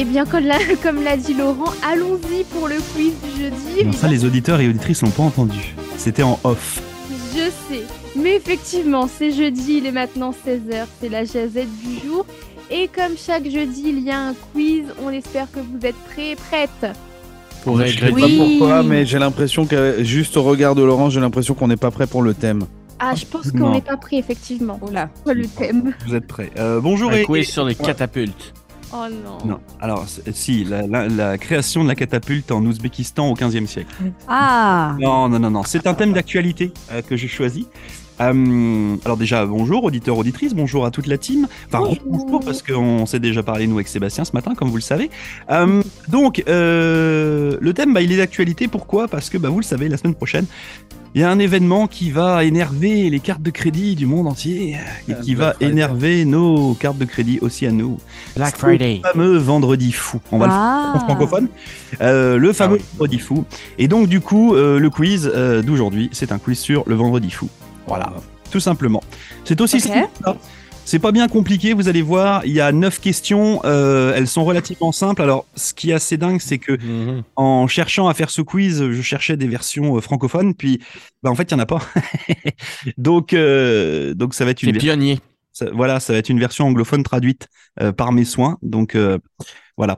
bien, comme l'a dit Laurent, allons-y pour le quiz du jeudi. Non, ça, les auditeurs et auditrices l'ont pas entendu. C'était en off. Je sais, mais effectivement, c'est jeudi, il est maintenant 16h, c'est la jazette du jour. Et comme chaque jeudi, il y a un quiz, on espère que vous êtes prêtes. Je sais pas pourquoi, mais j'ai l'impression que, juste au regard de Laurent, j'ai l'impression qu'on n'est pas prêt pour le thème. Ah, je pense qu'on n'est pas prêt, effectivement. Oula. Pour le thème. Vous êtes prêts. Bonjour Un quiz sur les catapultes. Oh non. Non, alors, si, la création de la catapulte en Ouzbékistan au XVe siècle. Ah. Non, c'est un thème d'actualité que j'ai choisi. Alors déjà, bonjour auditeurs, auditrices, bonjour à toute la team. Enfin, bonjour parce qu'on s'est déjà parlé nous avec Sébastien ce matin, comme vous le savez. Donc, le thème, il est d'actualité. Pourquoi ? Parce que, vous le savez, la semaine prochaine, il y a un événement qui va énerver les cartes de crédit du monde entier et qui va énerver nos cartes de crédit aussi à nous. Black Friday. Le fameux vendredi fou. On va le faire en francophone. Le fameux vendredi fou. Et donc, du coup, le quiz d'aujourd'hui, c'est un quiz sur le vendredi fou. Voilà, tout simplement. C'est aussi simple que ça. C'est pas bien compliqué, vous allez voir. Il y a 9 questions, elles sont relativement simples. Alors, ce qui est assez dingue, c'est que en cherchant à faire ce quiz, je cherchais des versions francophones, puis en fait, il n'y en a pas. donc, ça va être une pionnier. Ça va être une version anglophone traduite par mes soins. Donc, voilà.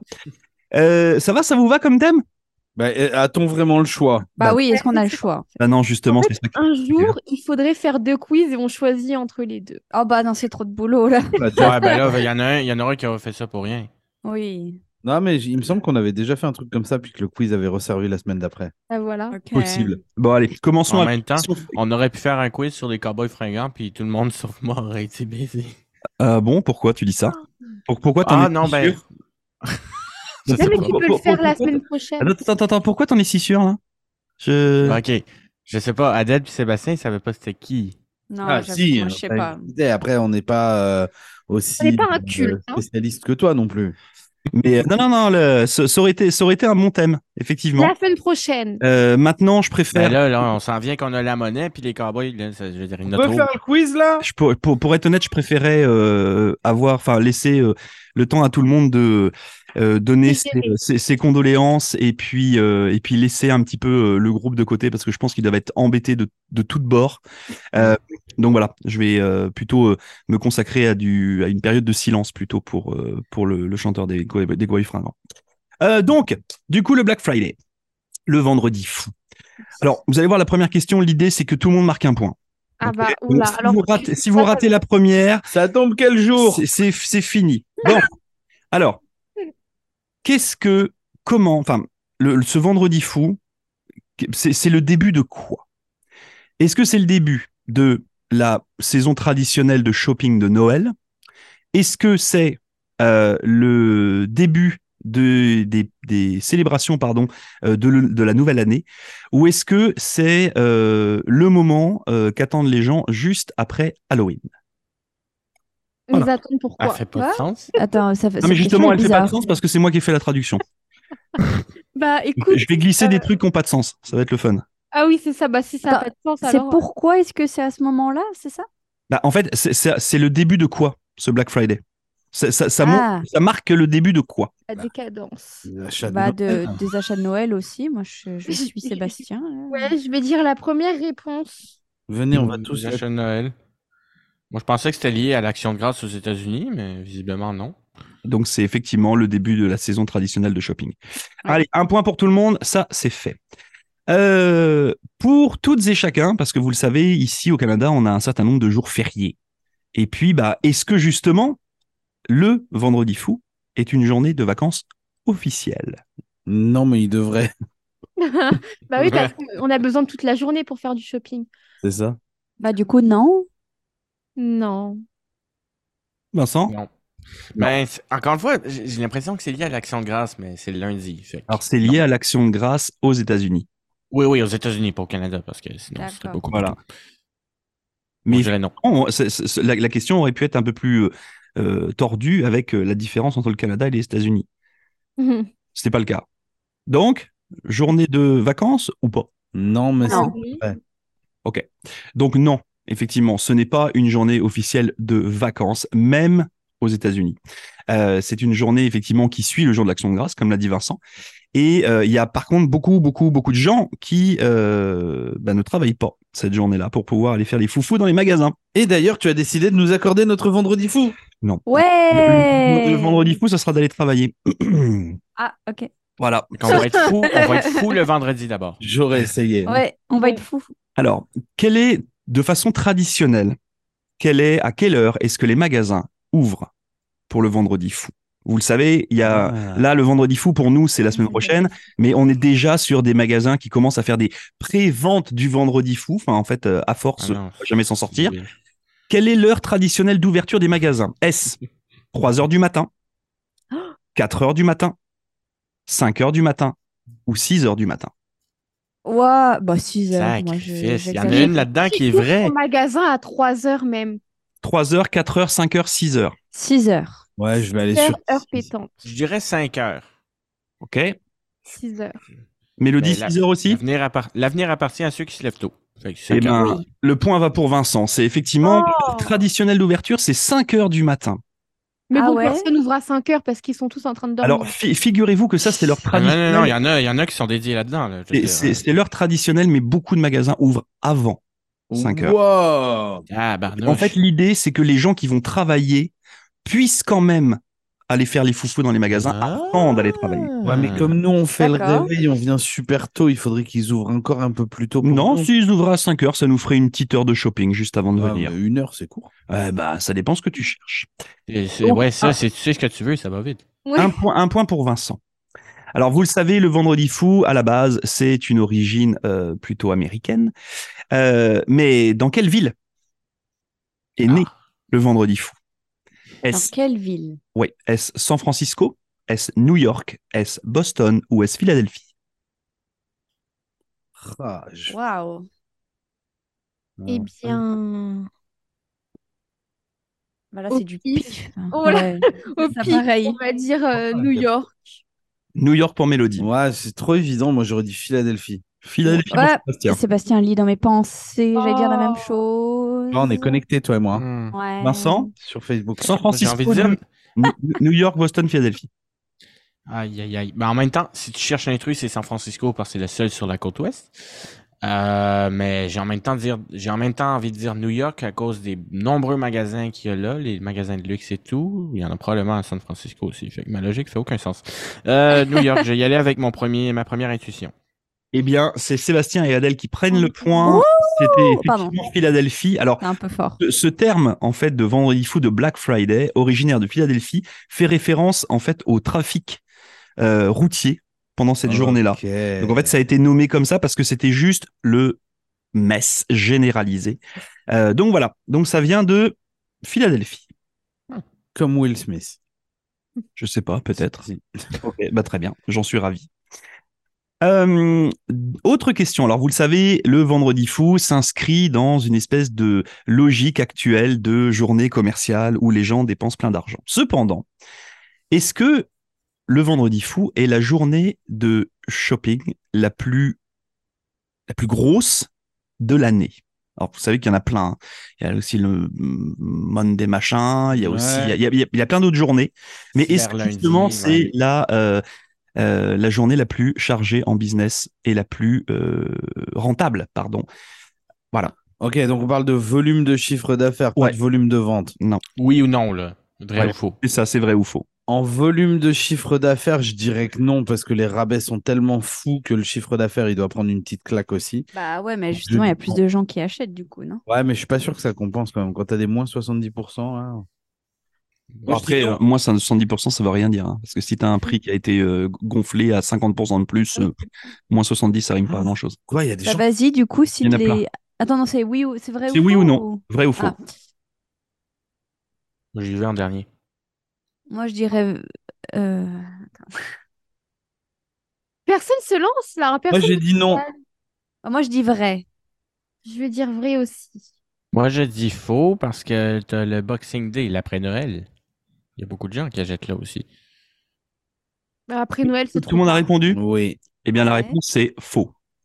Ça vous va comme thème ? A-t-on vraiment le choix ? Oui, est-ce qu'on a le choix ? Non, justement, en fait, c'est ça. Un jour, il faudrait faire 2 quiz et on choisit entre les deux. Oh non, c'est trop de boulot là. Là, il y en a un qui a fait ça pour rien. Oui. Non, mais il me semble qu'on avait déjà fait un truc comme ça, puis que le quiz avait resservi la semaine d'après. Ah, voilà. Okay. Possible. Bon, allez, commençons. En même temps, on aurait pu faire un quiz sur les cowboys fringants, puis tout le monde sauf moi aurait été baisé. Bon, pourquoi tu dis ça ? Pourquoi t'en es si sûr ? Mais tu peux le faire la semaine prochaine. Attends, pourquoi t'en es si sûr là ? Ok, je sais pas, Adèle puis Sébastien, ils savaient pas c'était qui. Non, si, moi, je sais pas. Après, on n'est pas aussi On n'est pas un culte, spécialiste que toi non plus. Mais non, ça aurait été un bon thème, effectivement. La semaine prochaine. Maintenant, je préfère. Là, on s'en vient qu'on a la monnaie, puis les cowboys, là, je veux dire, on peut faire le quiz là ? Pour être honnête, je préférais laisser le temps à tout le monde de donner ses condoléances et puis laisser un petit peu le groupe de côté parce que je pense qu'ils doivent être embêtés de toutes bords. Donc voilà, je vais plutôt me consacrer à une période de silence plutôt pour le chanteur des Cowboys Fringants. Donc, du coup, le Black Friday, le vendredi fou. Alors, vous allez voir la première question, l'idée c'est que tout le monde marque un point. Si vous ratez la première, ça tombe quel jour ? C'est fini. Bon, alors, ce vendredi fou, c'est le début de quoi ? Est-ce que c'est le début de la saison traditionnelle de shopping de Noël ? Est-ce que c'est le début des célébrations de la nouvelle année, ou est-ce que c'est le moment qu'attendent les gens juste après Halloween ? Ils attendent pourquoi ? Elle fait pas de sens. Attends, ça fait. Non, mais justement, elle fait pas de sens parce que c'est moi qui ai fait la traduction. Écoute, je vais glisser des trucs qui n'ont pas de sens. Ça va être le fun. Ah oui, c'est ça. Si ça n'a pas de sens, c'est pourquoi est-ce que c'est à ce moment-là, c'est ça ? En fait, c'est le début de quoi, ce Black Friday ? Ça marque le début de quoi ? La décadence. Des achats de Noël aussi. Moi, je suis Sébastien. Ouais, je vais dire la première réponse. Venez, on va tous les achats de Noël. Moi, je pensais que c'était lié à l'Action de grâce aux États-Unis, mais visiblement non. Donc, c'est effectivement le début de la saison traditionnelle de shopping. Ouais. Allez, un point pour tout le monde, ça, c'est fait. Pour toutes et chacun, parce que vous le savez, ici au Canada, on a un certain nombre de jours fériés. Et puis, est-ce que justement, le vendredi fou est une journée de vacances officielle ? Non, mais il devrait. Oui, parce qu'on a besoin de toute la journée pour faire du shopping. C'est ça. Du coup, non. Non. Vincent ? Non. Mais encore une fois, j'ai l'impression que c'est lié à l'Action de grâce, mais c'est le lundi. Alors, c'est lié à l'Action de grâce aux États-Unis. Oui, aux États-Unis, pas au Canada, parce que sinon, c'était beaucoup plus tôt. Mais je dirais non. La question aurait pu être un peu plus tordue avec la différence entre le Canada et les États-Unis. C'était pas le cas. Donc, journée de vacances ou pas ? Non, mais non. C'est vrai. Ok. Donc non, effectivement, ce n'est pas une journée officielle de vacances, même aux États-Unis. C'est une journée effectivement qui suit le jour de l'Action de grâce, comme l'a dit Vincent. Et il y a par contre beaucoup de gens qui ne travaillent pas cette journée-là pour pouvoir aller faire les foufous dans les magasins. Et d'ailleurs, tu as décidé de nous accorder notre vendredi fou. Non. Ouais. Le vendredi fou, ça sera d'aller travailler. Ah, ok. Voilà. Donc, on va être fou le vendredi d'abord. J'aurais essayé. Ouais, on va être fou. Alors, de façon traditionnelle, à quelle heure est-ce que les magasins ouvrent pour le vendredi fou? Vous le savez, là, le vendredi fou, pour nous, c'est la semaine prochaine, mais on est déjà sur des magasins qui commencent à faire des pré-ventes du vendredi fou. Enfin, en fait, à force, on ne va jamais s'en sortir. Oui. Quelle est l'heure traditionnelle d'ouverture des magasins? Est-ce 3 heures du matin, 4 heures du matin, 5 heures du matin ou 6 heures du matin? Ouah, bah 6 heures. Moi, Sacrifice. Il y en a j'exagère. une là-dedans qui est ouvre vraie. son magasin à 3 heures même. 3 heures, 4 heures, 5 heures, 6 heures. 6 heures. Ouais, je vais aller sur. Heure pétante. Je dirais 5 heures. OK. 6 heures. Mélodie, Mais 6 heures aussi? L'avenir appartient à ceux qui se lèvent tôt. Fait que Eh 5 heures. ben, le point va pour Vincent. C'est effectivement l'heure traditionnelle d'ouverture, c'est 5 heures du matin. Mais Ah bon, ouais personne ouvre à 5 heures parce qu'ils sont tous en train de dormir. Alors, figurez-vous que ça, c'est l'heure Non, traditionnelle. non, il y en a qui sont dédiés là-dedans. Là, je veux dire. C'est l'heure traditionnelle, mais beaucoup de magasins ouvrent avant 5 heures. Wow. Ah, barnouche. En fait, l'idée, c'est que les gens qui vont travailler puissent quand même aller faire les foufous dans les magasins avant d'aller travailler. Ouais, mais comme nous, on fait le D'accord. réveil, on vient super tôt, il faudrait qu'ils ouvrent encore un peu plus tôt. Pour Non, nous. s'ils ouvraient à 5 heures, ça nous ferait une petite heure de shopping juste avant de Ouais, venir. mais 1 heure, c'est court. Ça dépend ce que tu cherches. Ouais, ça, tu sais ce que tu veux, ça va vite. Ouais. Un point pour Vincent. Alors, vous le savez, le vendredi fou, à la base, c'est une origine plutôt américaine. Mais dans quelle ville est né le vendredi fou? Dans Est-ce quelle ville? San Francisco? Est-ce New York? Est-ce Boston? Ou est-ce Philadelphie? Ah, Waouh. Eh bien, Bah là, Au c'est du pif. pif. Oh là, Ouais. au Ça, pif, pareil. on va dire New York. New York pour Mélodie. Ouais, c'est trop évident. Moi, j'aurais dit Philadelphie. Philadelphie pour Ouais, Sébastien. Sébastien lit dans mes pensées. J'allais dire la même Oh. chose. Là, on est connectés, toi et moi, Ouais. Vincent? sur Facebook. San J'ai envie Francisco, de dire. New York, Boston, Philadelphie. Aïe, aïe, aïe. Mais en même temps, si tu cherches un truc, c'est San Francisco parce que c'est le seul sur la côte ouest. Mais j'ai en même temps envie de dire New York à cause des nombreux magasins qu'il y a là, les magasins de luxe et tout. Il y en a probablement à San Francisco aussi. Fait que ma logique fait aucun sens. New York, je vais y aller avec ma première intuition. Eh bien, c'est Sébastien et Adèle qui prennent le point. C'était effectivement Philadelphie. Alors, C'est un peu fort. ce terme, en fait, de vendredi fou, de Black Friday, originaire de Philadelphie, fait référence, en fait, au trafic routier pendant cette journée-là. Ok. Donc, en fait, ça a été nommé comme ça parce que c'était juste le mess généralisé. Donc, voilà. Donc, ça vient de Philadelphie. Comme Will Smith. Je sais pas, peut-être. Si. Ok, bah très bien. J'en suis ravi. Autre question. Alors, vous le savez, le vendredi fou s'inscrit dans une espèce de logique actuelle de journée commerciale où les gens dépensent plein d'argent. Cependant, est-ce que le vendredi fou est la journée de shopping la plus grosse de l'année? Alors, vous savez qu'il y en a plein. Hein. Il y a aussi le Monday machin. Il y a aussi, il y a plein d'autres journées. Mais est-ce que justement, c'est la journée la plus chargée en business et la plus rentable, pardon. Voilà. Ok, donc on parle de volume de chiffre d'affaires, pas de volume de vente. Non. Oui ou non, là? Vrai ou faux? C'est ça, c'est vrai ou faux? En volume de chiffre d'affaires, je dirais que non, parce que les rabais sont tellement fous que le chiffre d'affaires, il doit prendre une petite claque aussi. Bah ouais, mais justement, il y a plus de gens qui achètent du coup, non? Ouais, mais je suis pas sûr que ça compense quand même. Quand t'as des moins 70%, là... Après, moins 70%, ça veut rien dire. Hein, parce que si tu as un prix qui a été gonflé à 50% de plus, moins 70, ça rime pas à grand-chose. Quoi, il y a des Bah gens... vas-y, du coup, si Il y en a plein. les... Attends, non, c'est oui ou c'est vrai ou C'est faux oui ou non? Vrai ou faux? Ah. J'y vais en dernier. Moi, je dirais... Personne se lance là. Moi, Personne j'ai dit non. Moi, je dis vrai. Je vais dire vrai aussi. Moi, je dis faux parce que t'as le Boxing Day, l'après Noël. Il y a beaucoup de gens qui achètent là aussi. Après Noël, c'est Tout le monde a répondu? Oui. Eh bien, la Ouais. réponse, c'est faux.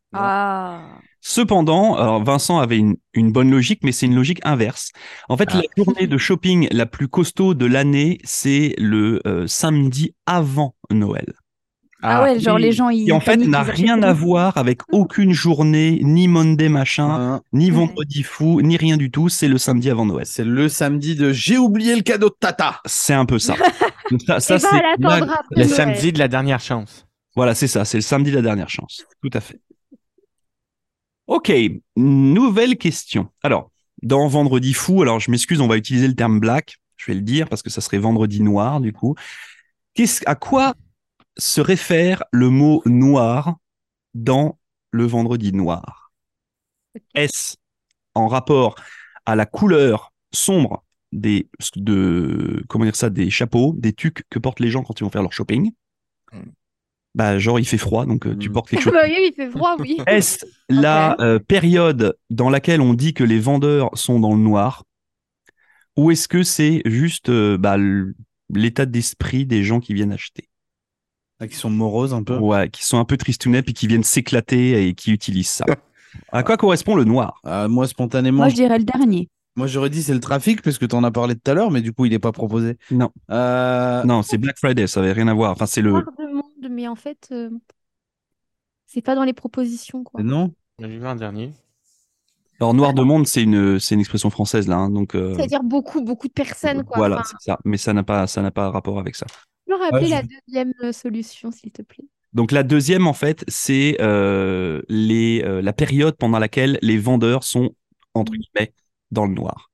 Ah. Cependant, alors Vincent avait une bonne logique, mais c'est une logique inverse. En fait, la journée de shopping la plus costaud de l'année, c'est le samedi avant Noël. Ah ouais, genre les gens, Qui ils en fait paniquent, n'a ils achètent rien à tout. voir avec aucune journée, ni Monday machin, Hein, ni Ouais. vendredi fou, ni rien du tout. C'est le samedi avant Noël. c'est le samedi de j'ai oublié le cadeau de Tata. C'est un peu ça. Donc ça, Et ben, c'est elle attendra après Le Noël. samedi de la dernière chance. voilà, c'est ça. C'est le samedi de la dernière chance. Tout à fait. Ok, nouvelle question. Alors, dans Vendredi fou, alors je m'excuse, on va utiliser le terme black. Je vais le dire parce que ça serait Vendredi noir du coup. À quoi se réfère le mot noir dans le Vendredi noir? Est-ce en rapport à la couleur sombre comment dire ça, des chapeaux, des tuques que portent les gens quand ils vont faire leur shopping? Bah, genre, il fait froid, donc tu portes quelque chose. Bah oui, il fait froid, oui. Est-ce la période dans laquelle on dit que les vendeurs sont dans le noir? Ou est-ce que c'est juste l'état d'esprit des gens qui viennent acheter? Qui sont moroses un peu. Ouais, qui sont un peu tristounets puis qui viennent s'éclater et qui utilisent ça. À quoi correspond le noir? Moi, spontanément, Moi, je dirais le dernier. moi, j'aurais dit c'est le trafic parce que tu en as parlé tout à l'heure, mais du coup, il n'est pas proposé. Non, Euh, non, c'est Black Friday, ça avait rien à voir. Enfin, c'est le. Noir de monde, mais en fait, c'est pas dans les propositions, quoi. Non? Je l'ai vu en dernier. Alors, noir de monde, c'est une expression française là, hein, donc C'est-à-dire beaucoup, beaucoup de personnes, quoi. voilà, Enfin, c'est ça. Mais ça n'a pas rapport avec ça. tu peux rappeler je- la deuxième solution, s'il te plaît. Donc la deuxième, en fait, c'est la période pendant laquelle les vendeurs sont, entre guillemets, dans le noir.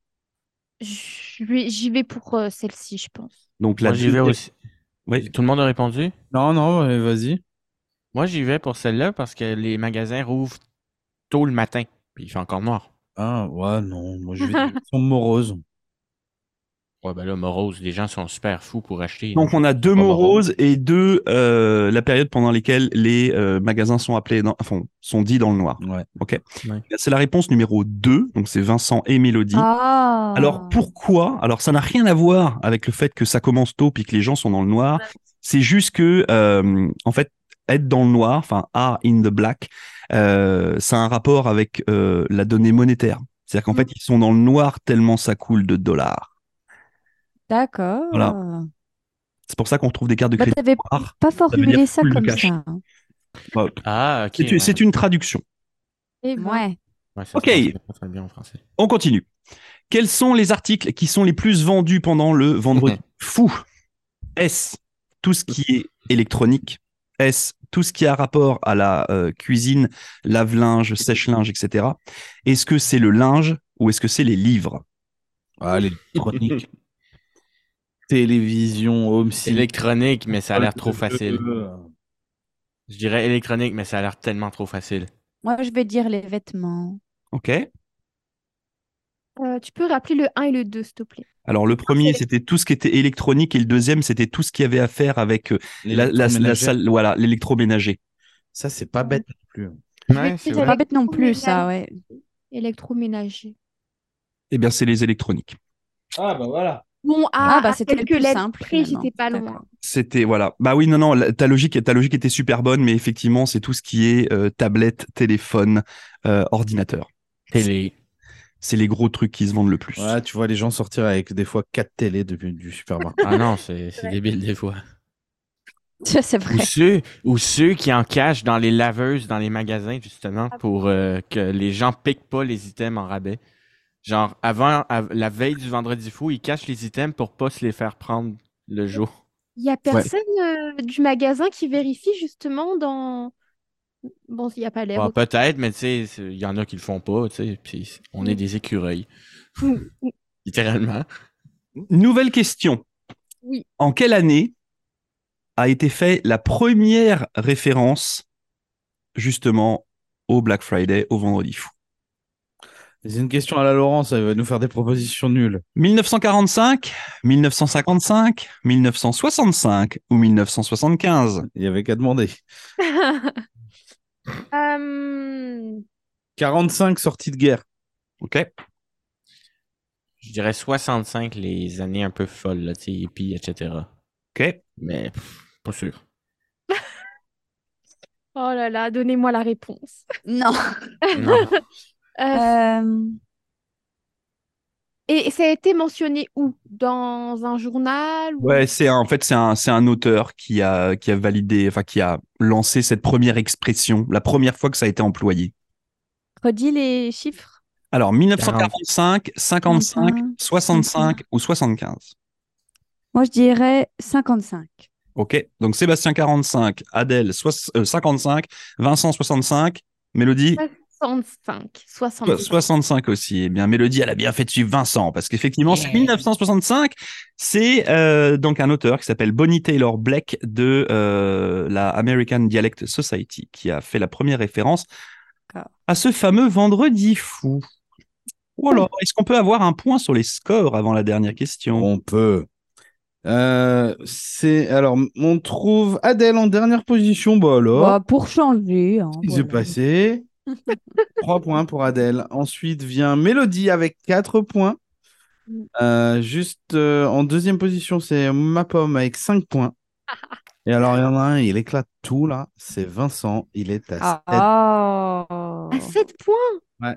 J'y vais pour celle-ci, je pense. Donc Moi, j'y vais aussi. Oui. Tout le monde a répondu? Non, non, vas-y. Moi, j'y vais pour celle-là parce que les magasins rouvrent tôt le matin. Puis il fait encore noir. Ah, ouais, non. Moi, je vais dire qu'ils sont moroses. Ouais, ben là, morose, les gens sont super fous pour acheter. Donc on a deux mots roses et deux la période pendant lesquelles les magasins sont sont dits dans le noir. Ouais. Ok. Ouais. C'est la réponse numéro 2, donc c'est Vincent et Mélodie. Ah. Alors pourquoi? Alors ça n'a rien à voir avec le fait que ça commence tôt puis que les gens sont dans le noir. C'est juste que en fait être dans le noir, enfin are in the black, ça a un rapport avec la donnée monétaire. C'est-à-dire qu'en fait ils sont dans le noir tellement ça coule de dollars. D'accord. Voilà. C'est pour ça qu'on retrouve des cartes de Bah, crédit t'avais noires. pas Ça veut dire formulé ça coule de comme cash. ça. Bah, Ah, ok. c'est une traduction. Et ben, Ouais. Ouais, ça Ok. se translate pas très bien en français. On continue. Quels sont les articles qui sont les plus vendus pendant le vendredi fou? Est-ce tout ce qui est électronique? Est-ce tout ce qui a rapport à la cuisine, lave-linge, sèche-linge, etc.? Est-ce que c'est le linge ou est-ce que c'est les livres? Ah, l'électronique. Télévision, home cinéma. Électronique, mais ça a l'air trop facile. Je dirais électronique, mais ça a l'air tellement trop facile. Moi, je vais dire les vêtements. Ok. tu peux rappeler le 1 et le 2, s'il te plaît. Alors le premier, c'était tout ce qui était électronique et le deuxième, c'était tout ce qui avait à faire avec la L'électroménager. salle, voilà, l'électroménager. Ça, c'est pas bête non plus. Ouais, c'est C'est vrai. pas bête non plus, ça, ouais. Électroménager. Eh bien, c'est les électroniques. Ah, bah voilà. Bon, Ah, bah, c'était le quelques plus lettres simple, près, finalement. j'étais pas D'accord. loin. C'était, voilà. Bah oui, non, ta logique était super bonne, mais effectivement, c'est tout ce qui est tablette, téléphone, ordinateur. Télé. C'est les gros trucs qui se vendent le plus. Ouais, tu vois les gens sortir avec des fois 4 télés du supermarché. Ah non, c'est débile des fois. C'est vrai. Ou ceux qui en cachent dans les laveuses, dans les magasins, justement, pour que les gens piquent pas les items en rabais. Genre, la veille du vendredi fou, ils cachent les items pour pas se les faire prendre le jour. Il y a personne du magasin qui vérifie justement dans. Bon, il n'y a pas l'air. Bon, peut-être, mais tu sais, il y en a qui le font pas, tu sais, puis on est des écureuils. Littéralement. Nouvelle question. Oui. En quelle année a été fait la première référence justement au Black Friday, au vendredi fou? C'est une question à la Laurence, elle va nous faire des propositions nulles. 1945, 1955, 1965 ou 1975? Il y avait qu'à demander. 45 sorties de guerre. Ok. Je dirais 65, les années un peu folles, là, tu sais, hippies, etc. Ok. Mais pas sûr. Oh là là, donnez-moi la réponse. Non. Non. Euh, et ça a été mentionné où? Dans un journal ou... Ouais, en fait, c'est un auteur qui a validé, enfin, qui a lancé cette première expression, la première fois que ça a été employé. Redis les chiffres. Alors, 1945, 55, 45, 65 ou 75. Moi, je dirais 55. Ok, donc Sébastien 45, Adèle 55, Vincent 65, Mélodie 65. 65. 65 aussi. Eh bien, Mélodie, elle a bien fait de suivre Vincent, parce qu'effectivement, c'est Yeah. 1965. C'est donc un auteur qui s'appelle Bonnie Taylor Black de la American Dialect Society qui a fait la première référence D'accord. à ce fameux Vendredi fou. Voilà, est-ce qu'on peut avoir un point sur les scores avant la dernière question? On peut. Alors, on trouve Adèle en dernière position. Bah alors, Bah, pour changer. Hein, il s'est voilà. passé. 3 points pour Adèle. Ensuite vient Mélodie avec 4 points. En deuxième position, c'est Ma Pomme avec 5 points. Et alors, il y en a un, il éclate tout là. C'est Vincent. Il est à 7. Ah. À 7 points. Ouais.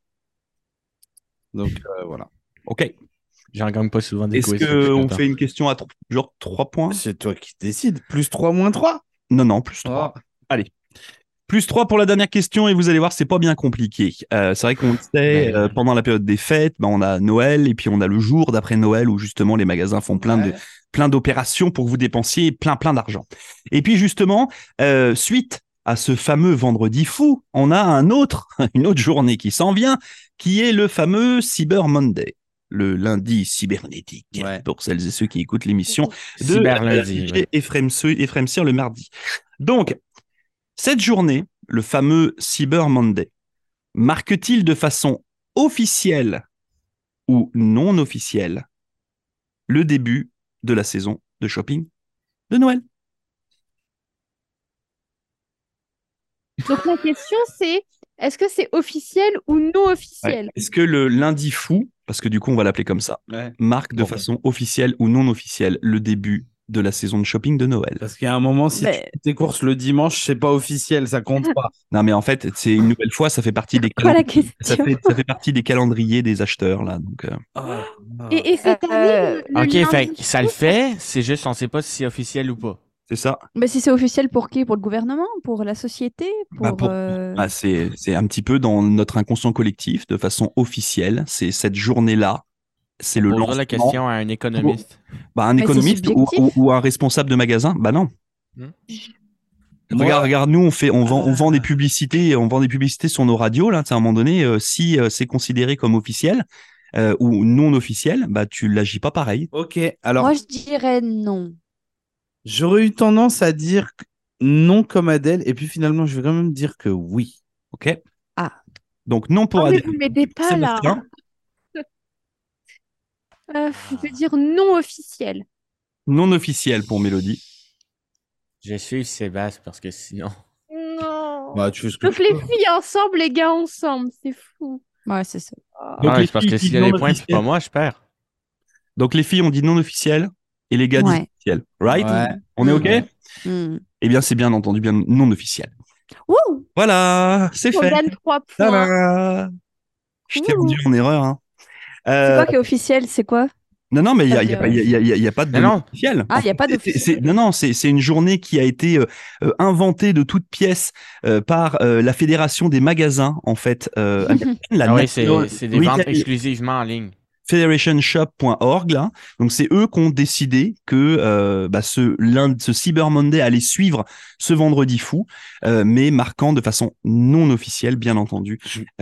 Donc, voilà. Ok. J'en gagne pas souvent des Est-ce quiz. fait que je suis qu'on content. fait une question à genre 3 points? C'est toi qui décides. Plus 3, moins 3. Non, plus 3. Allez. Plus 3 pour la dernière question et vous allez voir, c'est pas bien compliqué. C'est vrai qu'on le sait, Ben, pendant la période des fêtes, on a Noël et puis on a le jour d'après Noël où justement les magasins font plein d'opérations pour que vous dépensiez plein d'argent. Et puis justement, suite à ce fameux vendredi fou, on a une autre journée qui s'en vient, qui est le fameux Cyber Monday, le lundi cybernétique, pour celles et ceux qui écoutent l'émission de Cyberlundi, oui. Ephraim Cyr le mardi. Donc, cette journée, le fameux Cyber Monday, marque-t-il de façon officielle ou non officielle le début de la saison de shopping de Noël? Donc la question c'est, est-ce que c'est officiel ou non officiel? Est-ce que le lundi fou, parce que du coup on va l'appeler comme ça, marque de façon officielle ou non officielle le début de la saison de shopping de Noël? Parce qu'il y a un moment, si Mais- tu fais tes courses le dimanche, c'est pas officiel, ça compte pas. Non, mais en fait, c'est une nouvelle fois, ça fait partie des Quoi la calendriers. question? Ça fait partie des calendriers des acheteurs là. Donc, Et cette année, le Ok, lundi fait que ça le fou, fait, c'est juste on sait pas si c'est officiel ou pas. c'est ça. Mais si c'est officiel pour qui? Pour le gouvernement? Pour la société? C'est un petit peu dans notre inconscient collectif, de façon officielle. C'est cette journée-là. C'est le Posera lancement. la question à un économiste. Un Mais c'est économiste subjectif. ou un responsable de magasin? Bah non. Moi- Regarde, nous on vend des publicités, sur nos radios là. À un moment donné, si c'est considéré comme officiel ou non officiel, bah tu l'agis pas pareil. Ok, alors Moi, je dirais non. j'aurais eu tendance à dire non comme Adèle, et puis finalement, je vais quand même dire que oui. Ok. Ah. Donc non pour Oh, mais Adèle. vous m'aidez pas là. Sébastien, Je vais dire non officiel. non officiel pour Mélodie. Je suis Sébastien parce que sinon. Non. Bah, tu fais ce que Donc tu les veux. filles ensemble, les gars ensemble, c'est fou. Ouais, c'est ça. Donc, Ah, les c'est parce filles que disent s'il y a des non points, puis officiel. pas moi, je perds. Donc les filles ont dit non officiel et les gars disent Ouais. officiel. Right? Ouais. On est OK? Ouais. Hmm. Eh bien, c'est bien entendu, bien non officiel. Wouh! Voilà, c'est On fait. gagne 3 points. Tada! Je t'ai Ouh. rendu en erreur. Hein. C'est quoi qui est officiel? C'est quoi? Non, mais il Ça n'y a, veut dire- y a pas de Mais non non. officiel. Ah, il n'y a pas d'officiel. Non, c'est une journée qui a été inventée de toutes pièces par la Fédération des magasins, en fait, américaine, la Ah oui, National c'est des ventes Retail exclusivement en ligne. federationshop.org là. Donc c'est eux qui ont décidé que ce Cyber Monday allait suivre ce vendredi fou, mais marquant de façon non officielle, bien entendu,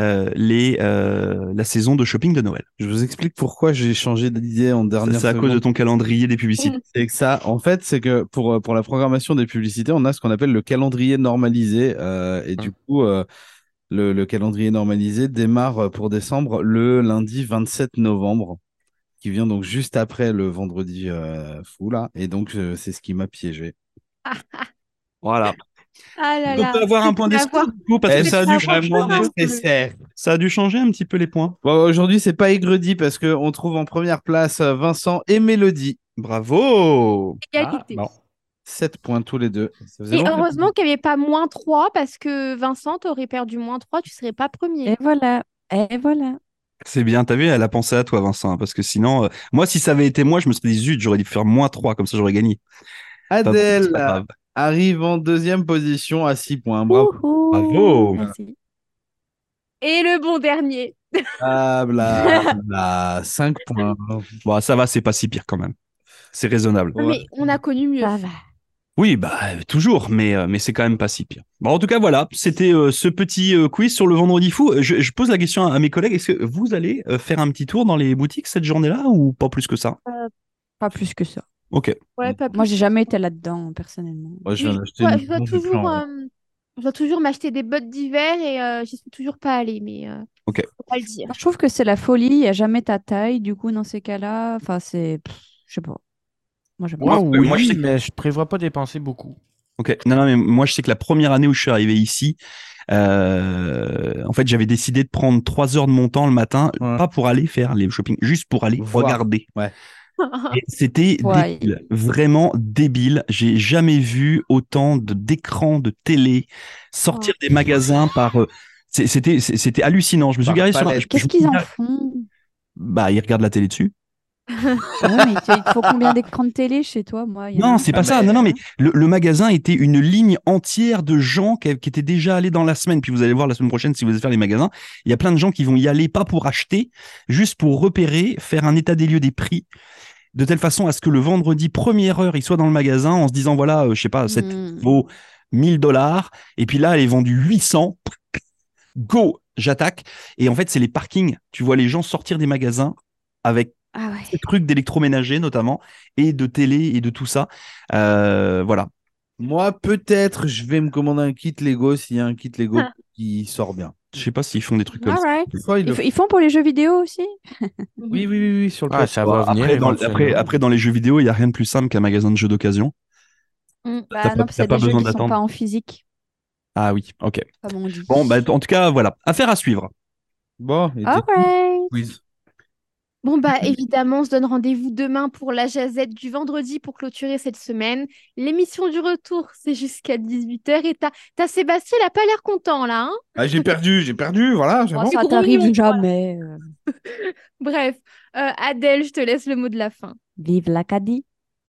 la saison de shopping de Noël. Je vous explique pourquoi j'ai changé d'idée en dernière C'est à cause de seconde. ton calendrier des publicités. C'est que ça, en fait, c'est que pour la programmation des publicités, on a ce qu'on appelle le calendrier normalisé. Et du coup, le calendrier normalisé démarre pour décembre le lundi 27 novembre, qui vient donc juste après le vendredi fou, là. Et donc, c'est ce qui m'a piégé. Voilà. Ah là On là. peut avoir un point d'espoir du coup, parce que ça a dû changer vraiment un peu. nécessaire. Ça a dû changer un petit peu les points. Bon, aujourd'hui, c'est pas aigredi parce qu'on trouve en première place Vincent et Mélodie. Bravo! Égalité. Bon. 7 points tous les deux. Ça faisait Et longtemps. heureusement qu'il n'y avait pas -3 parce que Vincent, t'aurais perdu -3, tu serais pas premier. Et voilà. Et voilà. C'est bien, t'as vu, elle a pensé à toi, Vincent, hein, parce que sinon, moi, si ça avait été moi, je me serais dit, zut, j'aurais dû faire -3, comme ça, j'aurais gagné. Pas bon, c'est Adèle pas grave. arrive en deuxième position à 6 points. Bravo. Bravo. Merci. Et le bon dernier. Ah, bla, bla, 5 points. Bon, ça va, c'est pas si pire quand même. C'est raisonnable. Non, mais on a connu mieux. Ça va. Oui, bah, toujours, mais c'est quand même pas si pire. Bon, en tout cas, voilà, c'était ce petit quiz sur le vendredi fou. Je pose la question à mes collègues, est-ce que vous allez faire un petit tour dans les boutiques cette journée-là ou pas plus que ça? Pas plus que ça. Ok. Ouais, pas Moi, plus. j'ai jamais été là-dedans, personnellement. Moi, je viens d'acheter Ouais, une maison du plan, ouais. je dois toujours m'acheter des bottes d'hiver et j'y suis toujours pas allée, mais Ok. faut pas le dire. Moi, je trouve que c'est la folie. Il n'y a jamais ta taille. Du coup, dans ces cas-là, enfin, je sais pas. Moi, j'aime Moi, pas. oui, moi, je sais que- mais je prévois pas dépenser beaucoup. Ok. Non, mais moi, je sais que la première année où je suis arrivé ici, en fait, j'avais décidé de prendre 3 heures de mon temps le matin, Ouais. pas pour aller faire les shopping, juste pour aller Voir. regarder. Ouais. Et c'était Ouais. débile, vraiment débile. J'ai jamais vu autant d'écrans de télé sortir des magasins par. C'était hallucinant. Je me suis Par garé sur. palette. Qu'est-ce qu'ils en font? Bah, ils regardent la télé dessus. Ouais, mais il te faut combien d'écrans de télé chez toi? Moi, il y en a Non, un. c'est pas Ah, ça. mais- Non, mais le magasin était une ligne entière de gens qui étaient déjà allés dans la semaine. Puis vous allez voir la semaine prochaine si vous allez faire les magasins. Il y a plein de gens qui vont y aller, pas pour acheter, juste pour repérer, faire un état des lieux des prix, de telle façon à ce que le vendredi, première heure, ils soient dans le magasin en se disant, voilà, je sais pas, cette vaut $1000. Et puis là, elle est vendue 800. Go, j'attaque. Et en fait, c'est les parkings. Tu vois les gens sortir des magasins avec Ah ouais. des trucs d'électroménager notamment, et de télé et de tout ça. Voilà. Moi, peut-être, je vais me commander un kit Lego s'il y a un kit Lego qui sort bien. Je sais pas s'ils font des trucs comme ça. Alright. Des fois, ils le font. Ils font pour les jeux vidéo aussi? Oui, oui, oui, oui, sur le Ah, ça va venir Après, éventuellement. après, dans les jeux vidéo, il n'y a rien de plus simple qu'un magasin de jeux d'occasion. Mm. T'as Bah pas- non, parce t'as qu'il y a pas des jeux besoin qui sont d'attendre. pas en physique, Ah oui, ok. comme on dit. Bon, bah, en tout cas, voilà. Affaire à suivre. Bon, et Alright. quiz. Bon, bah évidemment, on se donne rendez-vous demain pour la jazette du vendredi pour clôturer cette semaine. L'émission du retour, c'est jusqu'à 18h et t'as Sébastien, il a pas l'air content là, hein? Ah, j'ai perdu, voilà, c'est Oh, bon. ça Du t'arrive grognon, jamais. Bref, Adèle, je te laisse le mot de la fin. Vive l'Acadie.